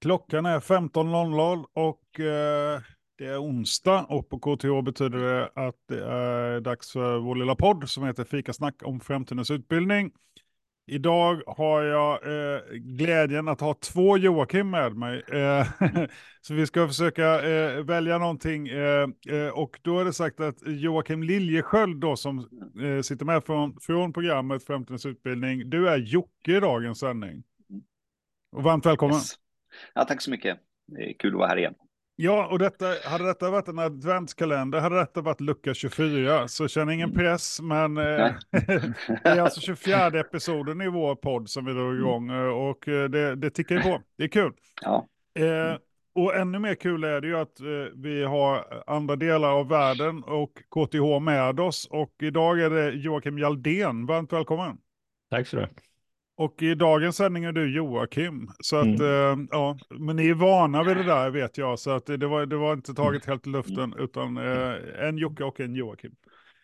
Klockan är 15.00 och det är onsdag och på KTH betyder det att det är dags för vår lilla podd som heter Fikasnack om framtidens utbildning. Idag har jag glädjen att ha två Joakim med mig. Så vi ska försöka välja någonting. Och då är det sagt att Joakim Liljesköld då som sitter med från programmet Framtidens utbildning. Du är Jocke i dagens sändning. Och varmt välkommen. Yes. Ja, tack så mycket. Det är kul att vara här igen. Ja, och hade detta varit en adventskalender hade detta varit lucka 24. Så känner ingen press, men det är alltså 24 episoden i vår podd som vi drar igång. Och det tickar ju på. Det är kul. Ja. Och ännu mer kul är det ju att vi har andra delar av världen och KTH med oss. Och idag är det Joakim Jaldén. Varmt välkommen. Tack så mycket. Och i dagens sändning är du Joakim. Så att, ja, men ni är vana vid det där vet jag. Så att det var inte taget helt i luften utan en Jocke och en Joakim.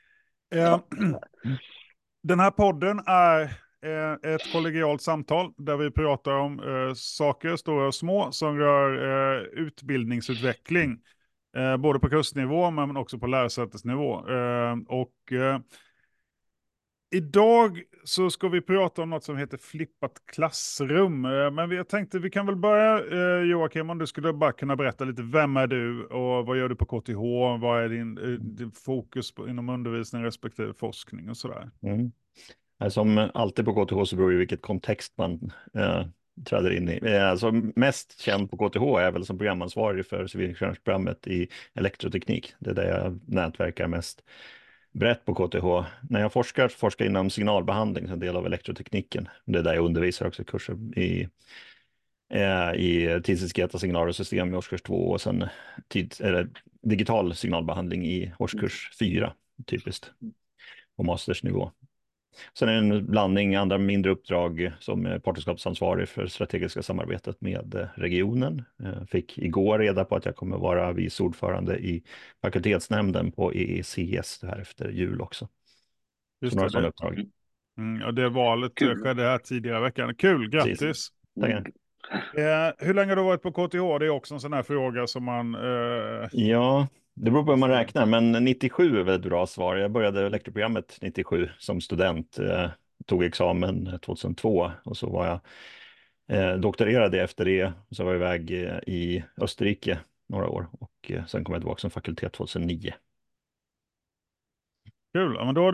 Den här podden är ett kollegialt samtal där vi pratar om saker, stora och små, som rör utbildningsutveckling. Både på kursnivå men också på lärosätesnivå. Idag så ska vi prata om något som heter flippat klassrum. Men jag tänkte vi kan väl börja Joakim, om du skulle bara kunna berätta lite, vem är du och vad gör du på KTH? Vad är din fokus inom undervisning respektive forskning och sådär? Som alltid på KTH så beror det vilket kontext man träder in i. Alltså mest känd på KTH är väl som programansvarig för civilingenjörsprogrammet i elektroteknik. Det är där jag nätverkar mest brett på KTH. När jag forskar inom signalbehandling som en del av elektrotekniken. Det är där jag undervisar också kurser i tidsdiskreta signaler och system i årskurs 2 och sen digital signalbehandling i årskurs 4 typiskt på mastersnivå. Sen är det en blandning andra mindre uppdrag som partnerskapsansvarig för strategiska samarbetet med regionen. Fick igår reda på att jag kommer vara vice ordförande i fakultetsnämnden på EECS här efter jul också. Just så några sådana uppdrag. Och det valet skedde här tidigare veckan. Kul, grattis! Hur länge har du varit på KTH? Det är också en sån här fråga som man... Ja, det beror på hur man räknar, men 97 är väl ett bra svar. Jag började elektroprogrammet 97 som student, tog examen 2002 och så var jag doktorerade efter det. Så var jag iväg i Österrike några år och sen kom jag tillbaka som fakultet 2009. Kul, ja, men då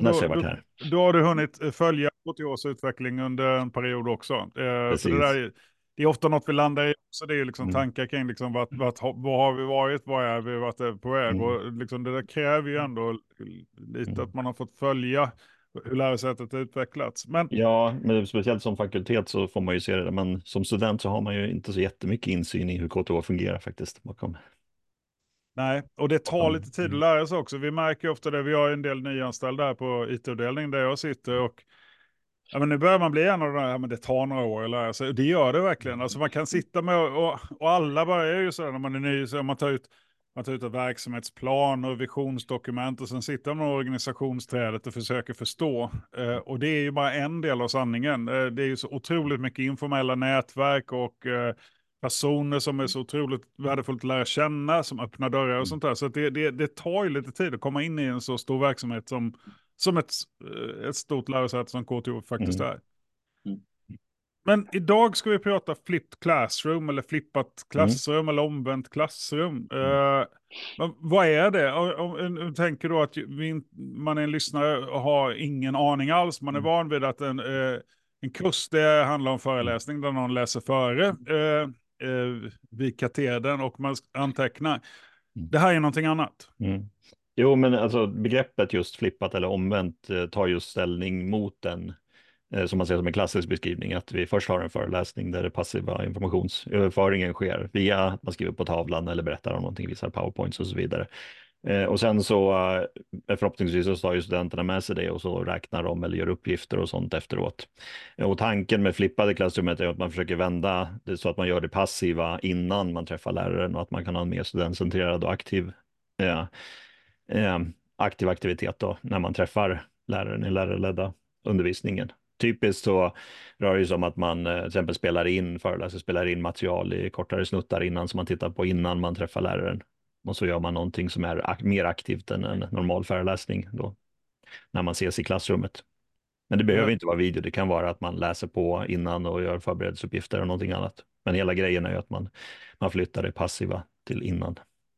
har du hunnit följa KTHs utveckling under en period också. Så det är ofta något vi landar i, så det är ju liksom tankar kring liksom vad har vi varit, vad är vi, vart är på väg. Och liksom det där kräver ju ändå lite att man har fått följa hur lärosätet utvecklats. Ja, men speciellt som fakultet så får man ju se det. Men som student så har man ju inte så jättemycket insyn i hur KTH fungerar faktiskt bakom. Nej, och det tar lite tid att lära sig också. Vi märker ofta det, vi har en del nyanställda här på IT-avdelningen där jag sitter och ja, men nu börjar man bli en av de här, men det tar några år att lära sig. Och det gör det verkligen. Alltså man kan sitta med och alla börjar ju så när man är ny, så man tar ut ett verksamhetsplan och visionsdokument och sen sitter man med organisationsträdet och försöker förstå. Och det är ju bara en del av sanningen. Det är ju så otroligt mycket informella nätverk och personer som är så otroligt värdefullt att lära känna, som öppnar dörrar och sånt där. Så att det tar ju lite tid att komma in i en så stor verksamhet som ett stort lärosäte som KTH faktiskt är. Men idag ska vi prata flipped classroom eller flippat klassrum eller omvänt klassrum. Vad är det? Om tänker då att man är en lyssnare och har ingen aning alls. Man är van vid att en kurs det handlar om föreläsning där någon läser före vid katedern och man antecknar. Det här är någonting annat. Jo, men alltså begreppet just flippat eller omvänt tar just ställning mot den som man ser som en klassisk beskrivning, att vi först har en föreläsning där det passiva informationsöverföringen sker via att man skriver på tavlan eller berättar om någonting, visar powerpoints och så vidare. Och sen så förhoppningsvis så tar ju studenterna med sig det och så räknar de eller gör uppgifter och sånt efteråt. Och tanken med flippade klassrummet är att man försöker vända det så att man gör det passiva innan man träffar läraren och att man kan ha en mer studentcentrerad och aktiv aktivitet då när man träffar läraren i lärarledda undervisningen. Typiskt så rör det sig om att man till exempel spelar in material i kortare snuttar innan som man tittar på innan man träffar läraren. Och så gör man någonting som är mer aktivt än en normal föreläsning då, när man ses i klassrummet. Men det behöver inte vara video, det kan vara att man läser på innan och gör förberedelseuppgifter och någonting annat. Men hela grejen är ju att man flyttar det passiva till innan.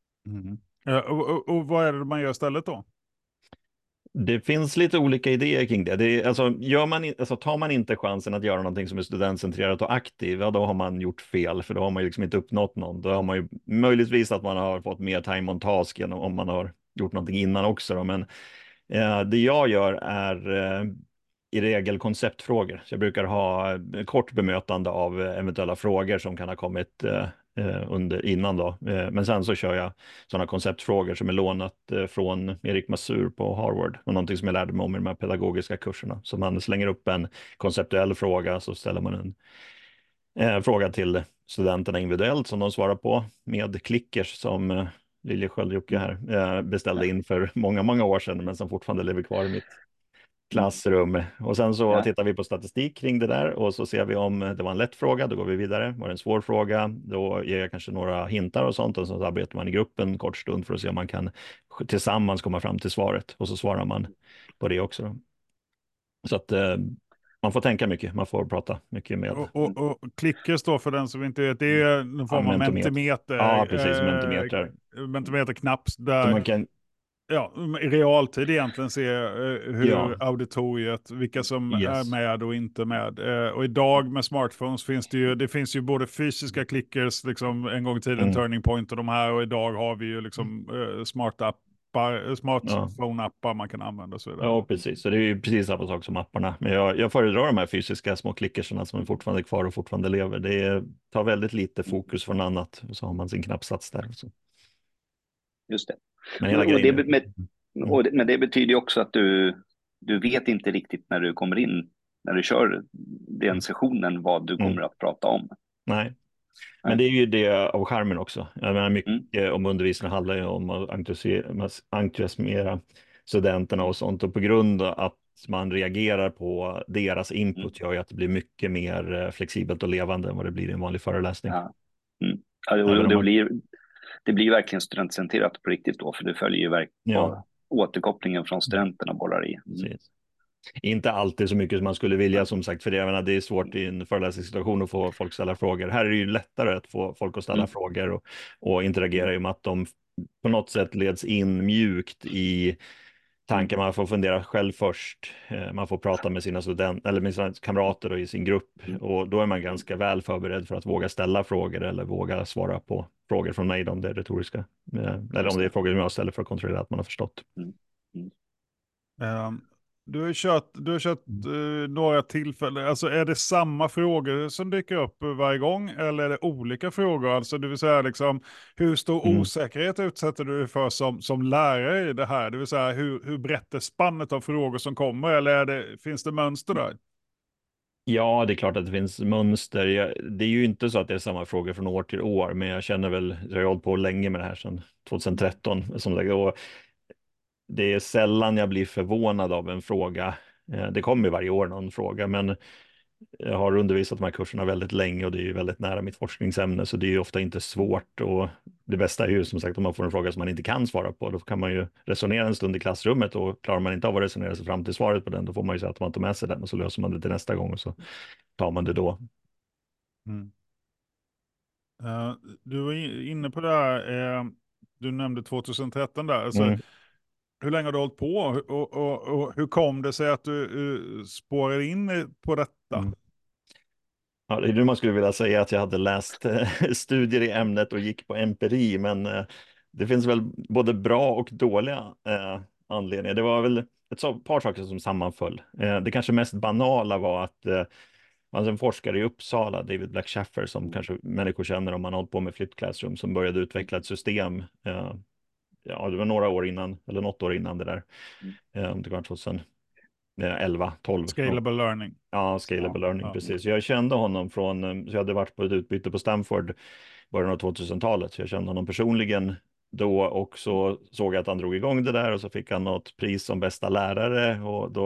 Och vad är det man gör istället då? Det finns lite olika idéer kring det. Tar man inte chansen att göra någonting som är studentcentrerat och aktiv, ja, då har man gjort fel, för då har man ju liksom inte uppnått någon. Då har man ju möjligtvis att man har fått mer time on task genom om man har gjort någonting innan också. Då. Men det jag gör är i regel konceptfrågor. Så jag brukar ha kort bemötande av eventuella frågor som kan ha kommit innan då. Men sen så kör jag sådana konceptfrågor som är lånat från Erik Masur på Harvard och någonting som jag lärde mig om i de här pedagogiska kurserna. Så man slänger upp en konceptuell fråga, så ställer man en fråga till studenterna individuellt som de svarar på med clickers som Liljesköld Jocke här beställde in för många, många år sedan, men som fortfarande lever kvar i mitt klassrum. Och sen så tittar vi på statistik kring det där och så ser vi om det var en lätt fråga, då går vi vidare. Var det en svår fråga, då ger jag kanske några hintar och sånt, och så arbetar man i gruppen en kort stund för att se om man kan tillsammans komma fram till svaret, och så svarar man på det också då. Så att man får tänka mycket, man får prata mycket med. Och clickers då, för den som inte vet, det är en form av mentimeter. Ja, precis, mentimeter. Mentimeterknapp där man kan i realtid egentligen se hur auditoriet, vilka som är med och inte med. Och idag med smartphones finns ju både fysiska clickers, liksom en gång i tiden Turning Point och de här, och idag har vi ju liksom smartphone-appar man kan använda och så vidare. Ja, precis. Så det är ju precis samma sak som apparna. Men jag föredrar de här fysiska små klickerserna som är fortfarande kvar och fortfarande lever. Det tar väldigt lite fokus från annat, och så har man sin knappsats där. Så. Just det. Men hela grejen... Men det betyder ju också att du vet inte riktigt när du kommer in, när du kör den sessionen, vad du kommer att prata om. Nej, men det är ju det av charmen också. Jag menar, mycket om undervisning handlar ju om att entusiasmera studenterna och sånt. Och på grund av att man reagerar på deras input gör ju att det blir mycket mer flexibelt och levande än vad det blir i en vanlig föreläsning. Ja. Och det blir verkligen studentcentrerat på riktigt då, för du följer ju verkligen återkopplingen från studenterna bollar i. Inte alltid så mycket som man skulle vilja, som sagt, för det är svårt i en föreläsningssituation att få folk att ställa frågor. Här är det ju lättare att få folk att ställa frågor och interagera, i och med att de på något sätt leds in mjukt i tanken. Man får fundera själv först, man får prata med sina eller med sina kamrater och i sin grupp, och då är man ganska väl förberedd för att våga ställa frågor eller våga svara på frågor från mig om det är retoriska, eller om det är frågor som jag ställer för att kontrollera att man har förstått. Du har kört några tillfällen, alltså är det samma frågor som dyker upp varje gång, eller är det olika frågor? Alltså det vill säga liksom, hur stor osäkerhet utsätter du för som lärare i det här? Det vill säga hur brett är spannet av frågor som kommer, eller finns det mönster där? Ja, det är klart att det finns mönster. Det är ju inte så att det är samma frågor från år till år, men jag känner väl, jag har hållit på länge med det här sedan 2013, som sagt, och det är sällan jag blir förvånad av en fråga. Det kommer varje år någon fråga, men jag har undervisat de här kurserna väldigt länge och det är ju väldigt nära mitt forskningsämne, så det är ju ofta inte svårt. Och det bästa är ju som sagt om man får en fråga som man inte kan svara på, då kan man ju resonera en stund i klassrummet, och klarar man inte av att resonera sig fram till svaret på den, då får man ju säga att man tar med sig den och så löser man det till nästa gång och så tar man det då. Du var inne på det här, du nämnde 2013 där, alltså, hur länge har du hållit på och hur kom det sig att du spårade in på detta? Ja, det är nu man skulle vilja säga att jag hade läst studier i ämnet och gick på empiri, men det finns väl både bra och dåliga anledningar. Det var väl ett par saker som sammanföll. Det kanske mest banala var att man en forskare i Uppsala, David Black Shaffer, som kanske människor känner om man har hållit på med Flipped Classroom, som började utveckla ett system. Det var några år innan, eller något år innan det där. Det var 2011, 12. Scalable learning. Ja, scalable learning, precis. Jag kände honom så jag hade varit på ett utbyte på Stanford början av 2000-talet. Så jag kände honom personligen då, och så såg jag att han drog igång det där, och så fick han något pris som bästa lärare, och då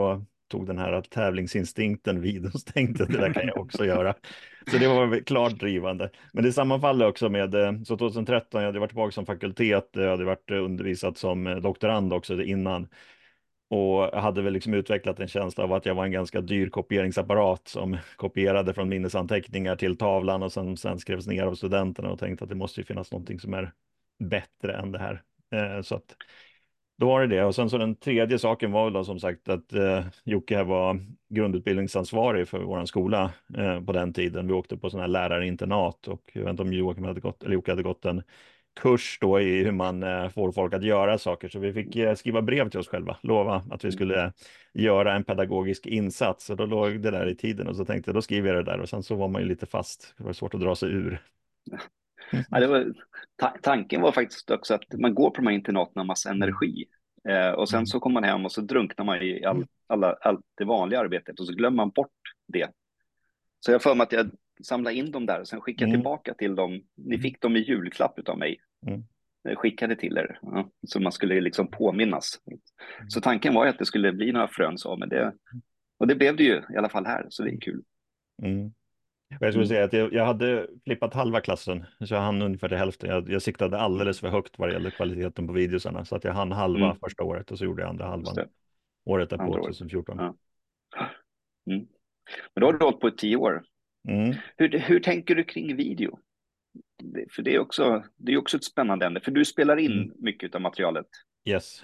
tog den här tävlingsinstinkten vid och tänkte det där kan jag också göra. Så det var klart drivande. Men det sammanfaller också med, så 2013, jag hade varit tillbaka som fakultet, jag hade varit undervisat som doktorand också innan. Och jag hade väl liksom utvecklat en känsla av att jag var en ganska dyr kopieringsapparat som kopierade från minnesanteckningar till tavlan och sen skrevs ner av studenterna och tänkte att det måste ju finnas någonting som är bättre än det här. Så att då var det det. Och sen så den tredje saken var väl då som sagt att Jocke här var grundutbildningsansvarig för vår skola på den tiden. Vi åkte på sådana här lärarinternat och jag vet inte om Jocke hade gått en kurs då i hur man får folk att göra saker. Så vi fick skriva brev till oss själva, lova att vi skulle göra en pedagogisk insats. Och då låg det där i tiden och så tänkte jag, då skriver jag det där. Och sen så var man ju lite fast, det var svårt att dra sig ur. Ja, det var, tanken var faktiskt också att man går på de här internaten med massa energi. Och sen så kommer man hem och så drunknar man i allt det vanliga arbetet och så glömmer man bort det. Så jag får mig att jag samlade in dem där och sen skickade tillbaka till dem. Ni fick dem i julklapp utav mig. Jag skickade till er. Ja, så man skulle liksom påminnas. Så tanken var ju att det skulle bli några frön så, men och det blev det ju i alla fall här, så det är kul. Och jag skulle säga att jag hade flippat halva klassen, så jag hann ungefär till hälften. Jag siktade alldeles för högt vad det gäller kvaliteten på videosarna, så att jag hann halva första året och så gjorde jag andra halvan året därpå, 2014. Ja. Men då har du hållit på i 10 år. Hur tänker du kring video? För det är också ett spännande ämne, för du spelar in mycket av materialet. Yes.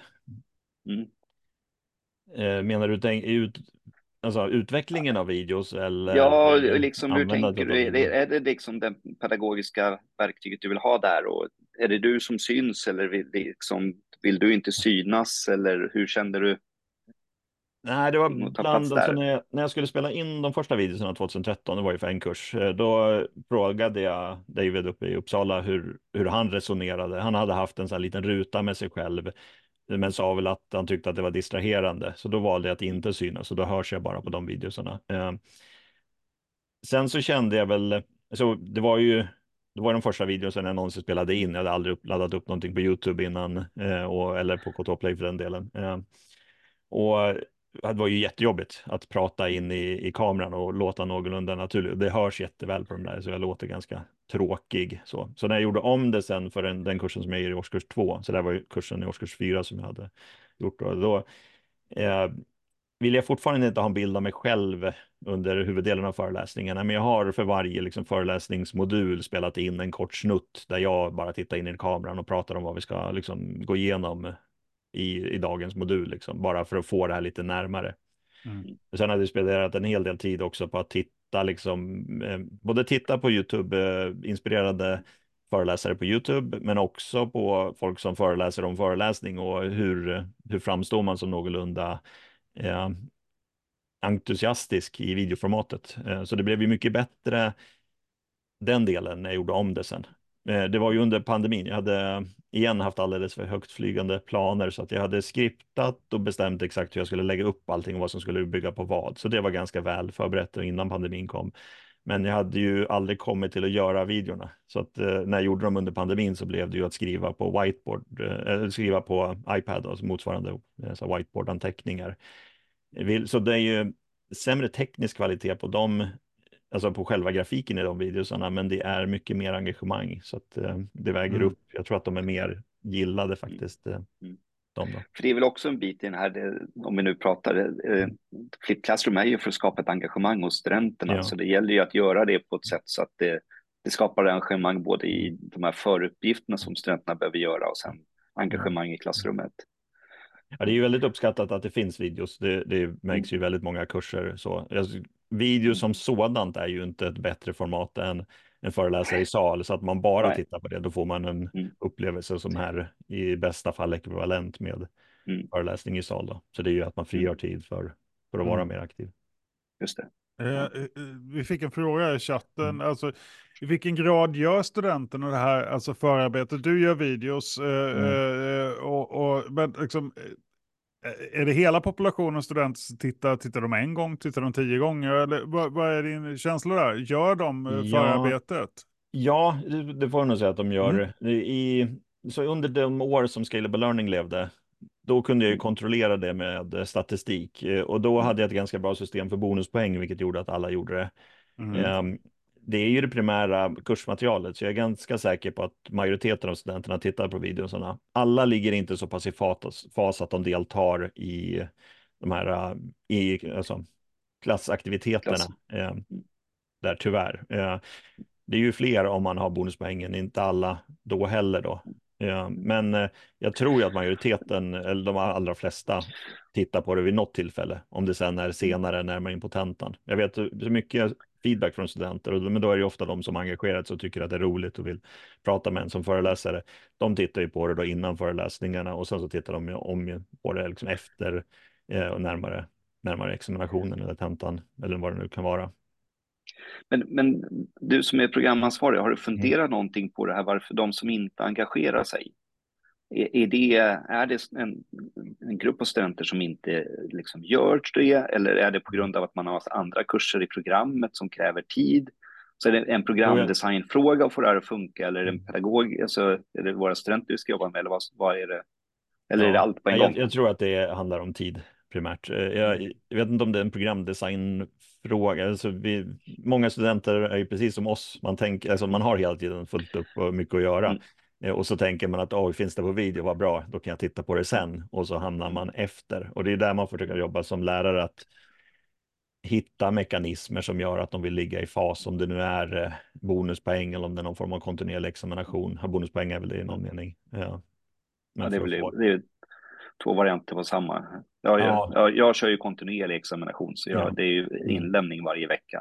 Menar du alltså utvecklingen av videos eller? Ja, liksom hur tänker du? Är det liksom det pedagogiska verktyget du vill ha där? Och är det du som syns eller vill du inte synas? Eller hur kände du? Nej, det var bland, alltså när jag skulle spela in de första videorna 2013, det var ju för en kurs, då frågade jag David uppe i Uppsala hur han resonerade. Han hade haft en sån här liten ruta med sig själv, men sa väl att han tyckte att det var distraherande. Så då valde jag att inte synas, så då hörs jag bara på de videorna. Sen så kände jag väl, så det var den första videon som jag någonsin spelade in. Jag hade aldrig laddat upp någonting på YouTube innan, eller på KT Play för den delen. Och det var ju jättejobbigt att prata in i kameran och låta någorlunda naturligt. Det hörs jätteväl på de där, så jag låter ganska tråkig. Så när jag gjorde om det sen för den kursen som jag ger i årskurs 2, så där var ju kursen i årskurs 4 som jag hade gjort då vill jag fortfarande inte ha en bild av mig själv under huvuddelen av föreläsningarna, men jag har för varje liksom föreläsningsmodul spelat in en kort snutt där jag bara tittar in i kameran och pratar om vad vi ska liksom gå igenom i dagens modul, liksom, bara för att få det här lite närmare. Sen hade jag spenderat en hel del tid också på att titta, liksom, både titta på YouTube, inspirerade föreläsare på YouTube, men också på folk som föreläser om föreläsning och hur framstår man som någorlunda entusiastisk i videoformatet. Så det blev ju mycket bättre den delen när jag gjorde om det sen. Det var ju under pandemin. Jag hade igen haft alldeles för högt flygande planer, så att jag hade skriptat och bestämt exakt hur jag skulle lägga upp allting och vad som skulle bygga på vad. Så det var ganska väl förberett innan pandemin kom. Men jag hade ju aldrig kommit till att göra videorna. Så att när jag gjorde dem under pandemin så blev det ju att skriva på whiteboard, skriva på iPad, alltså motsvarande så whiteboard-anteckningar. Så det är ju sämre teknisk kvalitet på dem, alltså på själva grafiken i de videorna, men det är mycket mer engagemang, så att det väger upp. Jag tror att de är mer gillade faktiskt. De då. För det är väl också en bit i den här, om vi nu pratar, Flip Classroom är ju för att skapa ett engagemang hos studenterna, så det gäller ju att göra det på ett sätt så att det skapar engagemang både i de här föruppgifterna som studenterna behöver göra och sen engagemang i klassrummet. Ja, det är ju väldigt uppskattat att det finns videos. Det märks ju väldigt många kurser. Så. Video som sådant är ju inte ett bättre format än en föreläsare i sal. Så att man bara tittar på det, då får man en upplevelse som här i bästa fall ekvivalent med föreläsning i sal. Då. Så det är ju att man frigör tid för att vara mer aktiv. Just det. Vi fick en fråga i chatten. Alltså, i vilken grad gör studenterna det här, alltså förarbetet? Du gör videos, men liksom, är det hela populationen studenter som tittar de en gång, tittar de 10 gånger? Eller vad är din känsla där? Gör de förarbetet? Ja, det får jag nog säga att de gör. Så under de år som Scalable Learning levde, då kunde jag ju kontrollera det med statistik. Och då hade jag ett ganska bra system för bonuspoäng, vilket gjorde att alla gjorde det. Mm. Det är ju det primära kursmaterialet, så jag är ganska säker på att majoriteten av studenterna tittar på videorna. Alla ligger inte så pass i fas att de deltar i de här alltså, klassaktiviteterna där, tyvärr. Det är ju fler om man har bonuspoängen, inte alla då heller då. Men jag tror ju att majoriteten, eller de allra flesta, tittar på det vid något tillfälle, om det sen är senare närmare in på tentan. Jag vet så mycket feedback från studenter, men då är det ju ofta de som engagerat sig och tycker att det är roligt och vill prata med en som föreläsare. De tittar ju på det då innan föreläsningarna, och sen så tittar de ju om på det liksom efter och närmare examinationen eller tentan eller vad det nu kan vara. Men du som är programansvarig, har du funderat någonting på det här, varför de som inte engagerar sig? Är det en grupp av studenter som inte liksom gör det, eller är det på grund av att man har andra kurser i programmet som kräver tid? Så är det en programdesignfråga att få det här att funka, eller är det en pedagog, alltså är det våra studenter vi ska jobba med, eller vad är det? Eller är det allt på en gång? Jag tror att det handlar om tid primärt. Jag vet inte om det är en programdesignfråga. Alltså många studenter är ju precis som oss. Man tänker, alltså man har hela tiden fullt upp och mycket att göra. Och så tänker man att finns det på video, vad bra, då kan jag titta på det sen. Och så hamnar man efter. Och det är där man försöker jobba som lärare, att hitta mekanismer som gör att de vill ligga i fas, om det nu är bonuspoäng eller om det är någon form av kontinuerlig examination. Bonuspoäng är väl det i någon mening. Men det är två varianter på samma. Jag kör ju kontinuerlig examination, så det är ju inlämning varje vecka.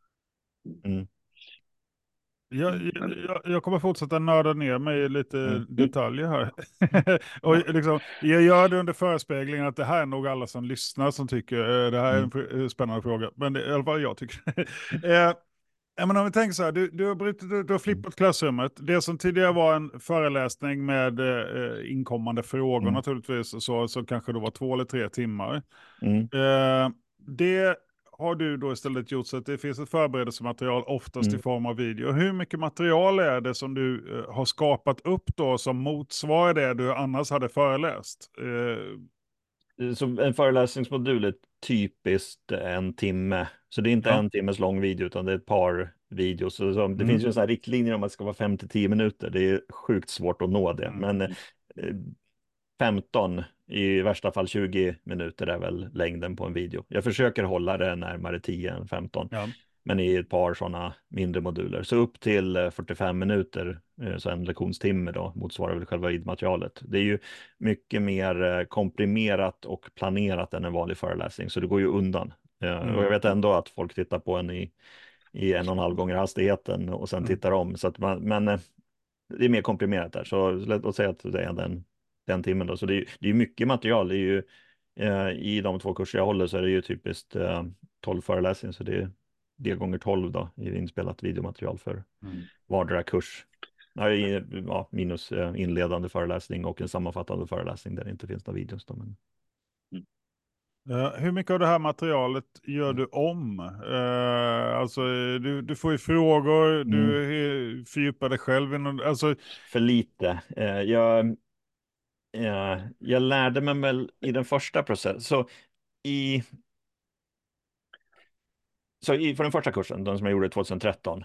Jag kommer fortsätta nörda ner mig i lite detaljer här. Och liksom, jag gör det under förespeglingen att det här är nog alla som lyssnar som tycker det här är en spännande fråga. Men det är i alla fall jag tycker. Men om vi tänker så här, du har flippat klassrummet. Det som tidigare var en föreläsning med inkommande frågor naturligtvis, så kanske det var 2 eller 3 timmar. Det har du då istället gjort så att det finns ett förberedelsematerial, oftast i form av video. Hur mycket material är det som du har skapat upp då som motsvarar det du annars hade föreläst? Så en föreläsningsmodul är typiskt 1 timme. Så det är inte 1 timmes lång video, utan det är ett par videos. Så det finns ju en sån här riktlinjer om att det ska vara 5-10 minuter. Det är sjukt svårt att nå det. Men 15, i värsta fall 20 minuter är väl längden på en video. Jag försöker hålla det närmare 10 än 15. Men i ett par sådana mindre moduler. Så upp till 45 minuter, så en lektionstimme då, motsvarar väl själva materialet. Det är ju mycket mer komprimerat och planerat än en vanlig föreläsning, så det går ju undan. Och jag vet ändå att folk tittar på en i 1,5 gånger hastigheten och sen tittar om. Så att men det är mer komprimerat där. Så låt säga att det är den timmen då. Så det är mycket material. Det är ju, i de 2 kurser jag håller så är det ju typiskt 12 föreläsningar, så det är det gånger 12 då i inspelat videomaterial för vardera kurs. Minus inledande föreläsning och en sammanfattande föreläsning där det inte finns några videos. Hur mycket av det här materialet gör du om? Alltså, du får ju frågor, du fördjupar dig själv. För lite. Jag lärde mig väl i den första processen. För den första kursen, den som jag gjorde 2013,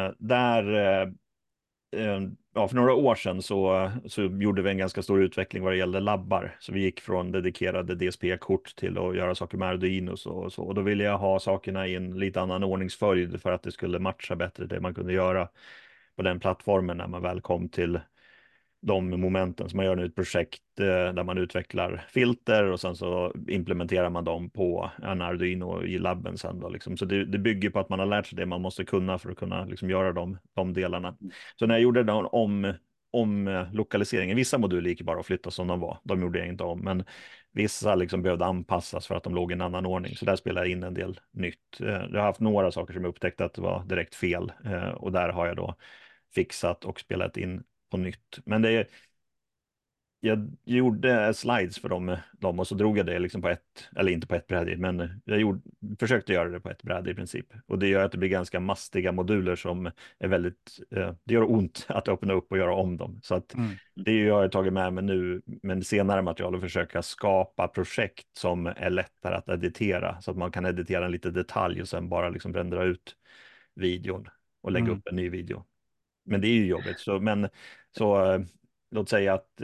för några år sedan så gjorde vi en ganska stor utveckling vad det gällde labbar. Så vi gick från dedikerade DSP-kort till att göra saker med Arduino och så. Och då ville jag ha sakerna i en lite annan ordningsföljd för att det skulle matcha bättre det man kunde göra på den plattformen när man väl kom till de momenten. Som man gör nu ett projekt där man utvecklar filter och sen så implementerar man dem på en Arduino i labben sen då, liksom. Så det bygger på att man har lärt sig det man måste kunna för att kunna liksom göra de delarna. Så när jag gjorde den om lokaliseringen, vissa moduler gick bara att flytta som de var, de gjorde jag inte om, men vissa liksom behövde anpassas för att de låg i en annan ordning, så där spelade jag in en del nytt. Jag har haft några saker som jag upptäckte att det var direkt fel, och där har jag då fixat och spelat in på nytt. Men jag gjorde slides för dem och så drog jag det liksom på eller inte på ett bräde, men försökte göra det på ett bräde i princip. Och det gör att det blir ganska mastiga moduler som är väldigt, det gör ont att öppna upp och göra om dem. Så att det har jag tagit med mig nu, men senare material, och försöka skapa projekt som är lättare att editera, så att man kan editera en liten detalj och sen bara liksom rendera ut videon och lägga upp en ny video. Men det är ju jobbigt, så låt säga att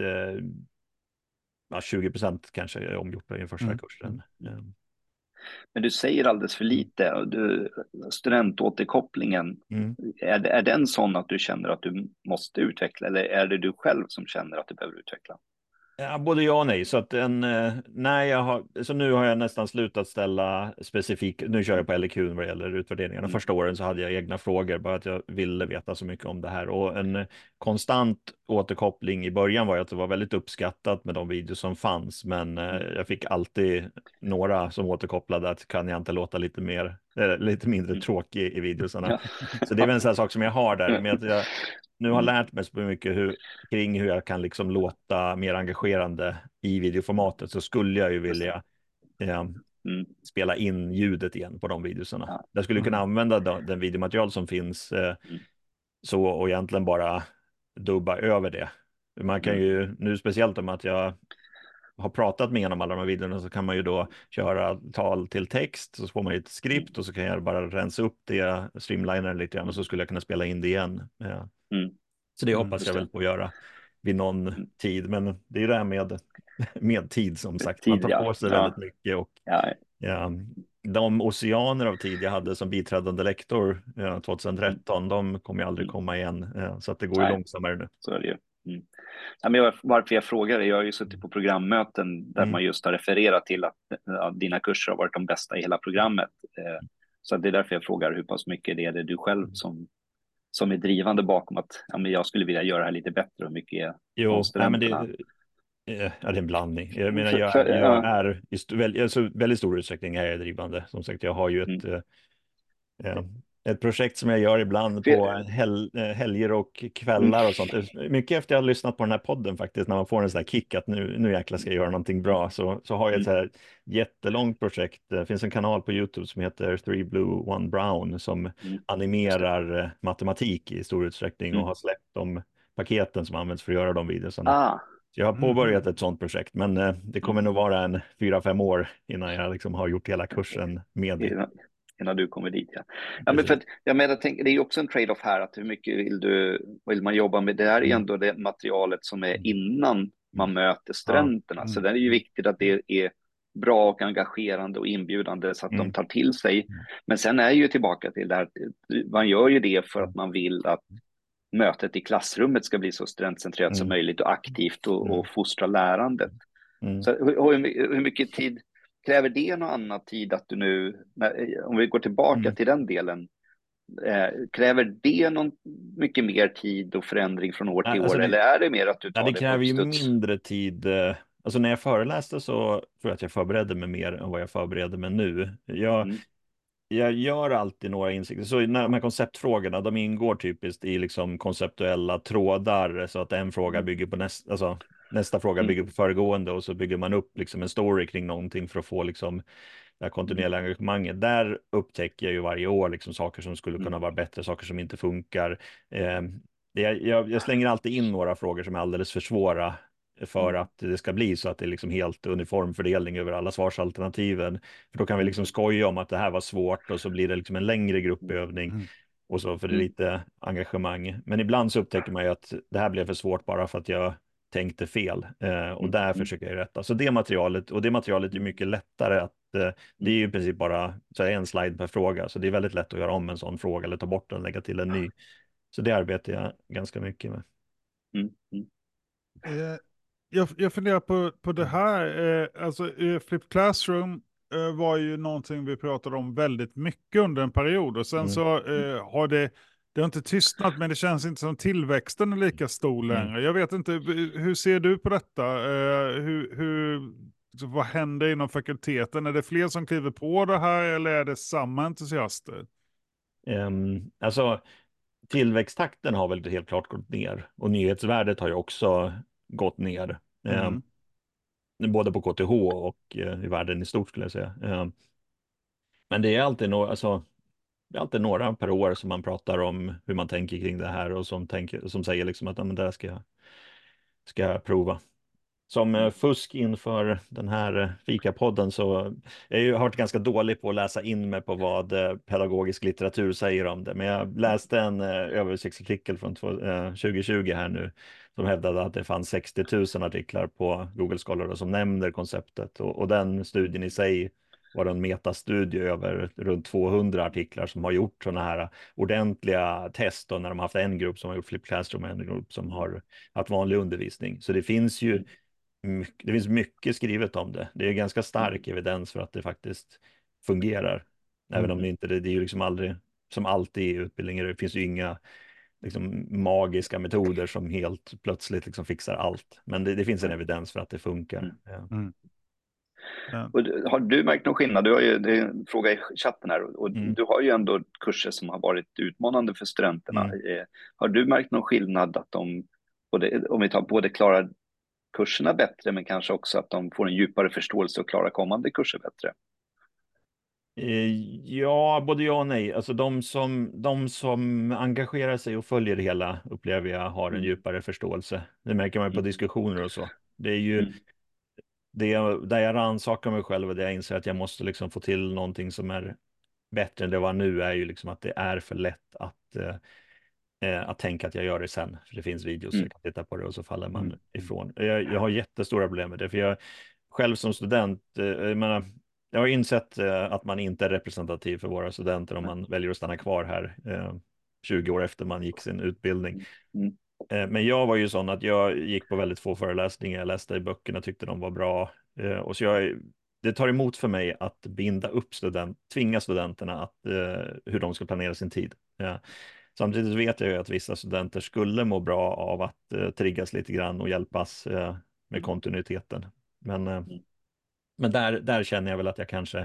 20% kanske är omgjort i den första kursen. Men du säger alldeles för lite. Studentåterkopplingen, är den sån att du känner att du måste utveckla, eller är det du själv som känner att du behöver utveckla? Ja, både ja och nej. Så att så nu har jag nästan slutat ställa nu kör jag på LEQ vad gäller utvärderingarna. Första åren så hade jag egna frågor, bara att jag ville veta så mycket om det här. Och en konstant återkoppling i början var att det var väldigt uppskattat med de videos som fanns, men jag fick alltid några som återkopplade att kan jag inte låta lite mindre tråkig i videosarna. Så det är väl en sån här sak som jag har där, med att jag nu har lärt mig så mycket kring hur jag kan liksom låta mer engagerande i videoformatet, så skulle jag ju vilja spela in ljudet igen på de videorna. Jag skulle kunna använda den videomaterial som finns så, och egentligen bara dubba över det. Man kan ju nu, speciellt om att jag har pratat med en om alla de här videorna, så kan man ju då köra tal till text, så får man ett skript och så kan jag bara rensa upp det, streamliner lite grann, och så skulle jag kunna spela in det igen. Så det hoppas jag väl på att göra vid någon tid, men det är det här med tid, som sagt. Man tar på sig väldigt mycket, och de oceaner av tid jag hade som biträdande lektor 2013, de kommer ju aldrig komma igen, så att det går ju långsammare nu. Så är det ju. Ja, men varför jag frågar är, jag har ju suttit på programmöten där man just har refererat till att dina kurser har varit de bästa i hela programmet. Så det är därför jag frågar hur pass mycket det är du själv som är drivande bakom att men jag skulle vilja göra det här lite bättre, och mycket är studenterna. Det är en blandning. Jag menar, jag är i väldigt stor utsträckning är jag drivande. Som sagt, jag har ju ett projekt som jag gör ibland på helger och kvällar och sånt. Mycket efter jag har lyssnat på den här podden faktiskt, när man får en sån här kick att nu jäklar ska jag göra någonting bra, så har jag ett så här jättelångt projekt. Det finns en kanal på YouTube som heter 3 Blue 1 Brown som animerar matematik i stor utsträckning, och har släppt de paketen som används för att göra de videorna. Så jag har påbörjat ett sånt projekt, men det kommer nog vara 4-5 år innan jag liksom har gjort hela kursen med det. Innan du kommer dit, men för att, jag menar, det är ju också en trade-off här, att hur mycket vill man jobba med. Det här är ändå det materialet som är innan man möter studenterna, så det är ju viktigt att det är bra och engagerande och inbjudande, så att de tar till sig. Men sen är ju tillbaka till det här, man gör ju det för att man vill att mötet i klassrummet ska bli så studentcentrerat som möjligt, och aktivt och fostra lärandet. Så hur mycket tid kräver det, någon annan tid att du nu, om vi går tillbaka till den delen, kräver det mycket mer tid och förändring från år till år, eller är det mer att du tar det kräver ju mindre tid. Alltså när jag föreläste så tror jag att jag förberedde mig mer än vad jag förbereder mig nu. Jag gör alltid några insikter. Så när de här konceptfrågorna, de ingår typiskt i liksom konceptuella trådar, så att en fråga bygger på nästa fråga bygger på föregående, och så bygger man upp liksom en story kring någonting för att få liksom det här kontinuerliga engagemanget. Där upptäcker jag ju varje år liksom saker som skulle kunna vara bättre, saker som inte funkar. Jag slänger alltid in några frågor som är alldeles för svåra för att det ska bli så att det är liksom helt uniform fördelning över alla svarsalternativen. För då kan vi liksom skoja om att det här var svårt, och så blir det liksom en längre gruppövning, och så för det är lite engagemang. Men ibland så upptäcker man ju att det här blev för svårt bara för att jag tänkte fel, och där försöker jag rätta. Så det materialet är mycket lättare att det är ju i princip bara så en slide per fråga, så det är väldigt lätt att göra om en sån fråga eller ta bort den och lägga till en ny. Så det arbetar jag ganska mycket med. Jag funderar på det här, alltså Flip Classroom var ju någonting vi pratade om väldigt mycket under en period, och sen så har det inte tystnat, men det känns inte som tillväxten är lika stor längre. Jag vet inte, hur ser du på detta? Vad händer inom fakulteten? Är det fler som kliver på det här, eller är det samma entusiaster? Alltså tillväxttakten har väl helt klart gått ner, och nyhetsvärdet har ju också gått ner. Mm. Både på KTH och i världen i stort skulle jag säga. Men det är alltid alltså, det är alltid några per år som man pratar om hur man tänker kring det här och som säger liksom att ja, men det där ska jag prova. Som fusk inför den här fikapodden så jag har varit ganska dålig på att läsa in mig på vad pedagogisk litteratur säger om det. Men jag läste en översiktsartikel från 2020 här nu som hävdade att det fanns 60 000 artiklar på Google Scholar som nämner konceptet. Och den studien i sig var en metastudie över runt 200 artiklar som har gjort sådana här ordentliga test och när de har haft en grupp som har gjort flip classroom och en grupp som har haft vanlig undervisning. Så det finns ju det finns mycket skrivet om det. Det är ganska stark evidens för att det faktiskt fungerar. Även om det inte det är ju liksom aldrig, som alltid i utbildningar, det finns ju inga liksom magiska metoder som helt plötsligt liksom fixar allt. Men det finns en evidens för att det funkar. Ja. Och har du märkt någon skillnad? Det är en fråga i chatten här. Och du har ju ändå kurser som har varit utmanande för studenterna. Har du märkt någon skillnad att de, om vi tar både klarar kurserna bättre, men kanske också att de får en djupare förståelse och klarar kommande kurser bättre? Ja, både ja och nej. Alltså de som engagerar sig och följer det hela upplever jag har en djupare förståelse. Det märker man på diskussioner och så. Det är ju där jag rannsakar mig själv och där jag inser att jag måste liksom få till någonting som är bättre än det var nu är ju liksom att det är för lätt att tänka att jag gör det sen. För det finns videos, jag kan titta på det och så faller man ifrån. Jag har jättestora problem med det, för jag själv som student, jag har insett att man inte är representativ för våra studenter om man väljer att stanna kvar här 20 år efter man gick sin utbildning. Men jag var ju sån att jag gick på väldigt få föreläsningar, jag läste i böckerna, tyckte de var bra. Och så det tar emot för mig att binda upp tvinga studenterna att hur de ska planera sin tid. Samtidigt vet jag ju att vissa studenter skulle må bra av att triggas lite grann och hjälpas med kontinuiteten. Men där känner jag väl att jag kanske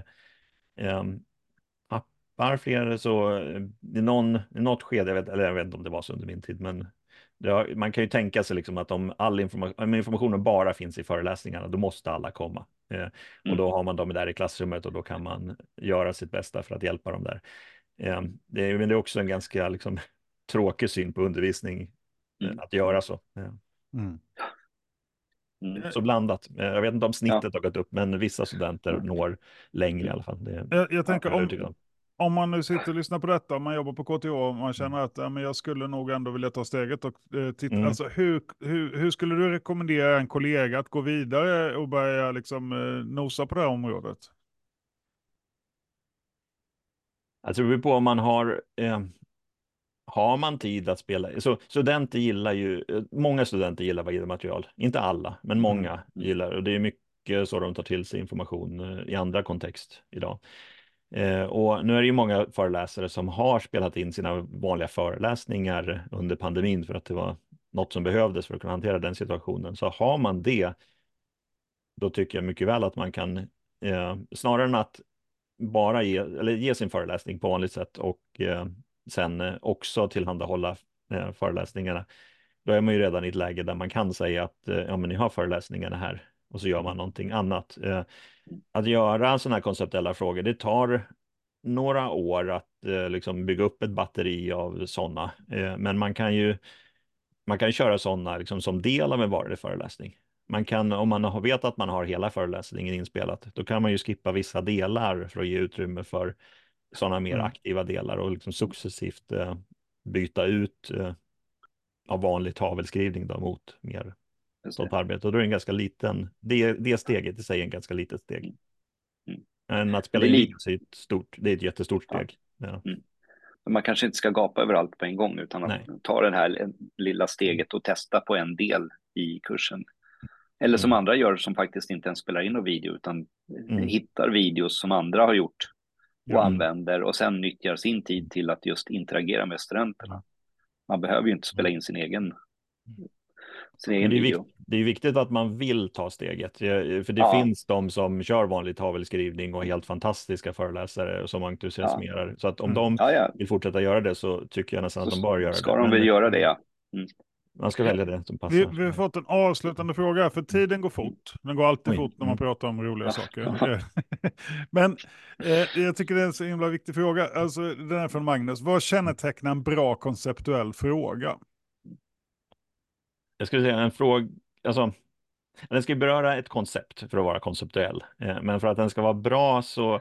tappar fler så i något skede, jag vet inte om det var så under min tid, men man kan ju tänka sig liksom att om all informationen bara finns i föreläsningarna, då måste alla komma. Och då har man dem där i klassrummet och då kan man göra sitt bästa för att hjälpa dem där. Men det är också en ganska liksom, tråkig syn på undervisning att göra så. Så blandat. Jag vet inte om snittet har gått upp, men vissa studenter når längre i alla fall. Jag tänker om man nu sitter och lyssnar på detta, om man jobbar på KTH och man känner att men jag skulle nog ändå vilja ta steget och titta. Alltså, hur skulle du rekommendera en kollega att gå vidare och börja liksom, nosa på det här området? Jag tror på om man har man tid att spela. Så många studenter gillar videomaterial. Inte alla, men många gillar. Och det är mycket så de tar till sig information i andra kontext idag. Och nu är det ju många föreläsare som har spelat in sina vanliga föreläsningar under pandemin för att det var något som behövdes för att kunna hantera den situationen. Så har man det, då tycker jag mycket väl att man kan, snarare än att bara ge sin föreläsning på vanligt sätt och sen också tillhandahålla föreläsningarna, då är man ju redan i ett läge där man kan säga att ja, men ni har föreläsningarna här och så gör man någonting annat. Att göra sådana här konceptuella frågor, det tar några år att liksom bygga upp ett batteri av sådana, men man kan ju köra sådana liksom som del av en vanlig föreläsning. Man kan, om man vet att man har hela föreläsningen inspelat, då kan man ju skippa vissa delar för att ge utrymme för sådana mer aktiva delar och liksom successivt byta ut av vanlig tavelskrivning då, mot mer sånt arbete. Och då är det en ganska liten, det steget i sig är en ganska litet steg. Men att spela in videos är ett jättestort steg. Ja. Men man kanske inte ska gapa överallt på en gång, utan att ta det här lilla steget och testa på en del i kursen. Eller som andra gör, som faktiskt inte ens spelar in någon video, utan hittar videos som andra har gjort och använder och sen nyttjar sin tid till att just interagera med studenterna. Man behöver ju inte spela in sin egen video. Det är viktigt att man vill ta steget, för det finns de som kör vanlig tavelskrivning och är helt fantastiska föreläsare som entusiasmerar. Så att om de vill fortsätta göra det, så tycker jag nästan att de bör göra det. Ska de väl göra det, Man ska välja det som passar. Vi har fått en avslutande fråga, för tiden går fort. Den går alltid fort när man pratar om roliga saker. Men jag tycker det är en så himla viktig fråga. Alltså, den är från Magnus. Vad kännetecknar en bra konceptuell fråga? Jag skulle säga en fråga, alltså, den ska beröra ett koncept för att vara konceptuell. Men för att den ska vara bra så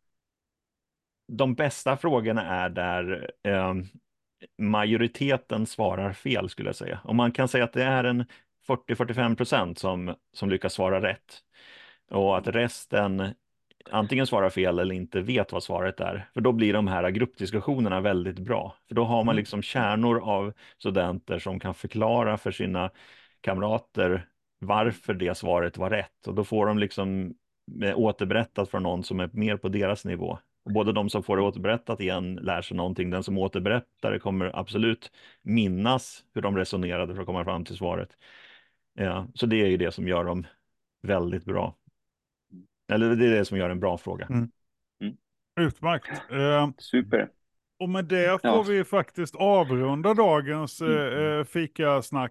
de bästa frågorna är där majoriteten svarar fel, skulle jag säga. Och man kan säga att det är en 40-45% som lyckas svara rätt. Och att resten antingen svarar fel eller inte vet vad svaret är. För då blir de här gruppdiskussionerna väldigt bra. För då har man liksom kärnor av studenter som kan förklara för sina kamrater varför det svaret var rätt. Och då får de liksom återberättat från någon som är mer på deras nivå. Och både de som får det återberättat igen lär sig någonting. Den som återberättar det kommer absolut minnas hur de resonerade för att komma fram till svaret. Ja, så det är ju det som gör dem väldigt bra. Eller det är det som gör en bra fråga. Utmärkt. Super. Och med det får vi faktiskt avrunda dagens fikasnack.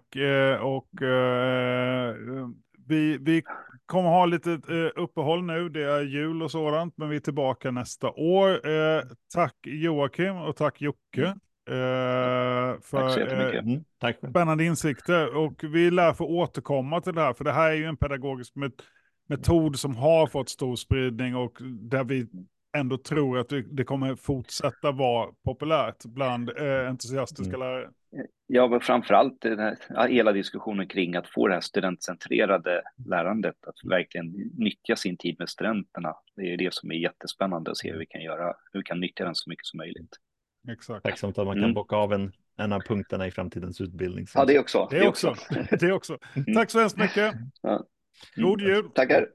Vi kommer ha lite uppehåll nu. Det är jul och sådant, men vi är tillbaka nästa år. Tack Joakim och tack Jocke. Tack så jättemycket. Tack. Spännande insikter. Och vi lär få återkomma till det här, för det här är ju en pedagogisk metod som har fått stor spridning och där vi ändå tror att det kommer fortsätta vara populärt bland entusiastiska lärare. Ja, men framförallt hela diskussionen kring att få det här studentcentrerade lärandet, att verkligen nyttja sin tid med studenterna. Det är det som är jättespännande att se hur vi kan göra, hur vi kan nyttja den så mycket som möjligt. Exakt. Tacksamt att man kan bocka av en av punkterna i framtidens utbildning. Ja, det också. Det också. Tack så hemskt mycket. Ja. God jul. Tackar.